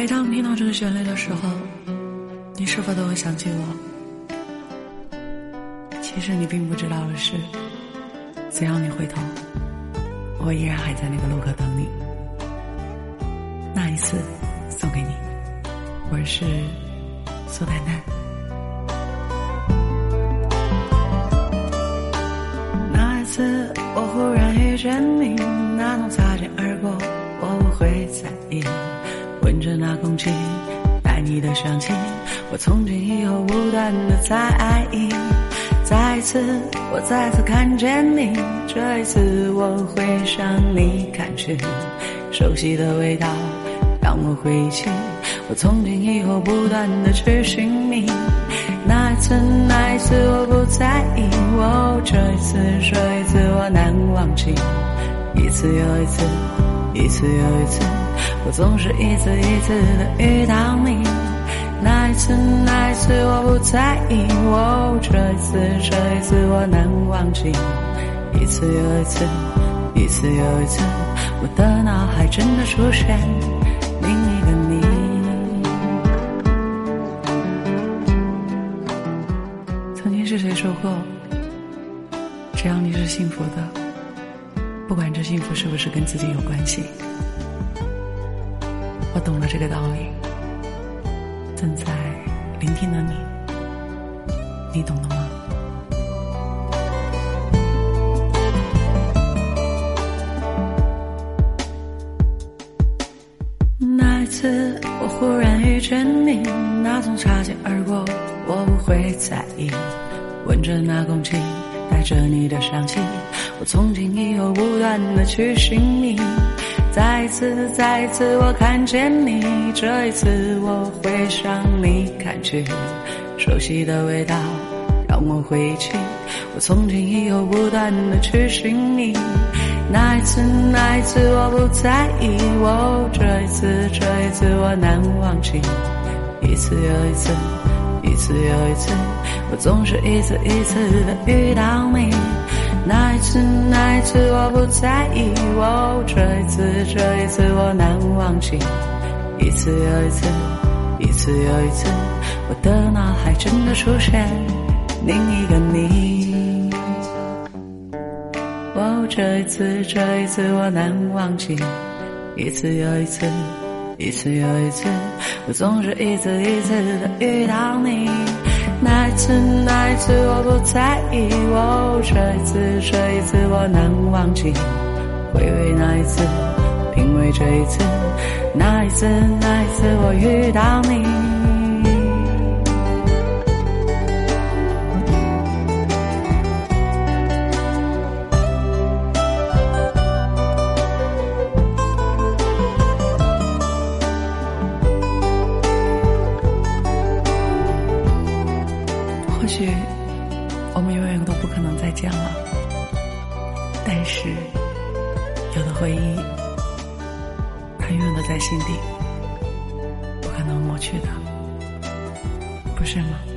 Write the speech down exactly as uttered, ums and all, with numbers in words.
每当听到这个旋律的时候，你是否都会想起我？其实你并不知道的是，只要你回头，我依然还在那个路口等你。那一次送给你，我是苏丹丹。那一次我忽然遇见你，那种擦肩而过我不会在意，闻着那空气带你的香气，我从今以后不断的在爱意。再一次我再次看见你，这一次我会向你看去，熟悉的味道让我回忆起，我从今以后不断的去寻你。那一次那一次我不在意，哦，这一次这一次我难忘记，一次又一次一次又一次，我总是一次一次的遇到你。那一次那一次我不在意，哦，这一次这一次我难忘记，一次又一次一次又一次，我的脑海真的出现另一个你。曾经是谁说过，只要你是幸福的，不管这幸福是不是跟自己有关系。我懂了这个道理，正在聆听的你，你懂了吗？那一次我忽然遇见你，那种擦肩而过我不会在意，闻着那空气带着你的香气，我从今以后不断的去寻你。再一次再一次我看见你，这一次我会向你看去，熟悉的味道让我回忆起，我从今以后不断的去寻你。那一次那一次我不在意，哦，这一次这一次我难忘记，一次又一次一次又一次，我总是一次一次的遇到你。那一次那一次我不在意，哦，这一次这一次我难忘记，一次又一次一次又一次，我的脑海真的出现另一个你。哦，这一次这一次我难忘记，一次又一次一次又一次，我总是一次一次的遇到你。那一次那一次我不在意，哦，这一次这一次我难忘记，回味那一次，品味这一次，那一次那一次我遇到你。或许我们永远都不可能再见了，但是有的回忆它永远都在心底，不可能抹去的，不是吗？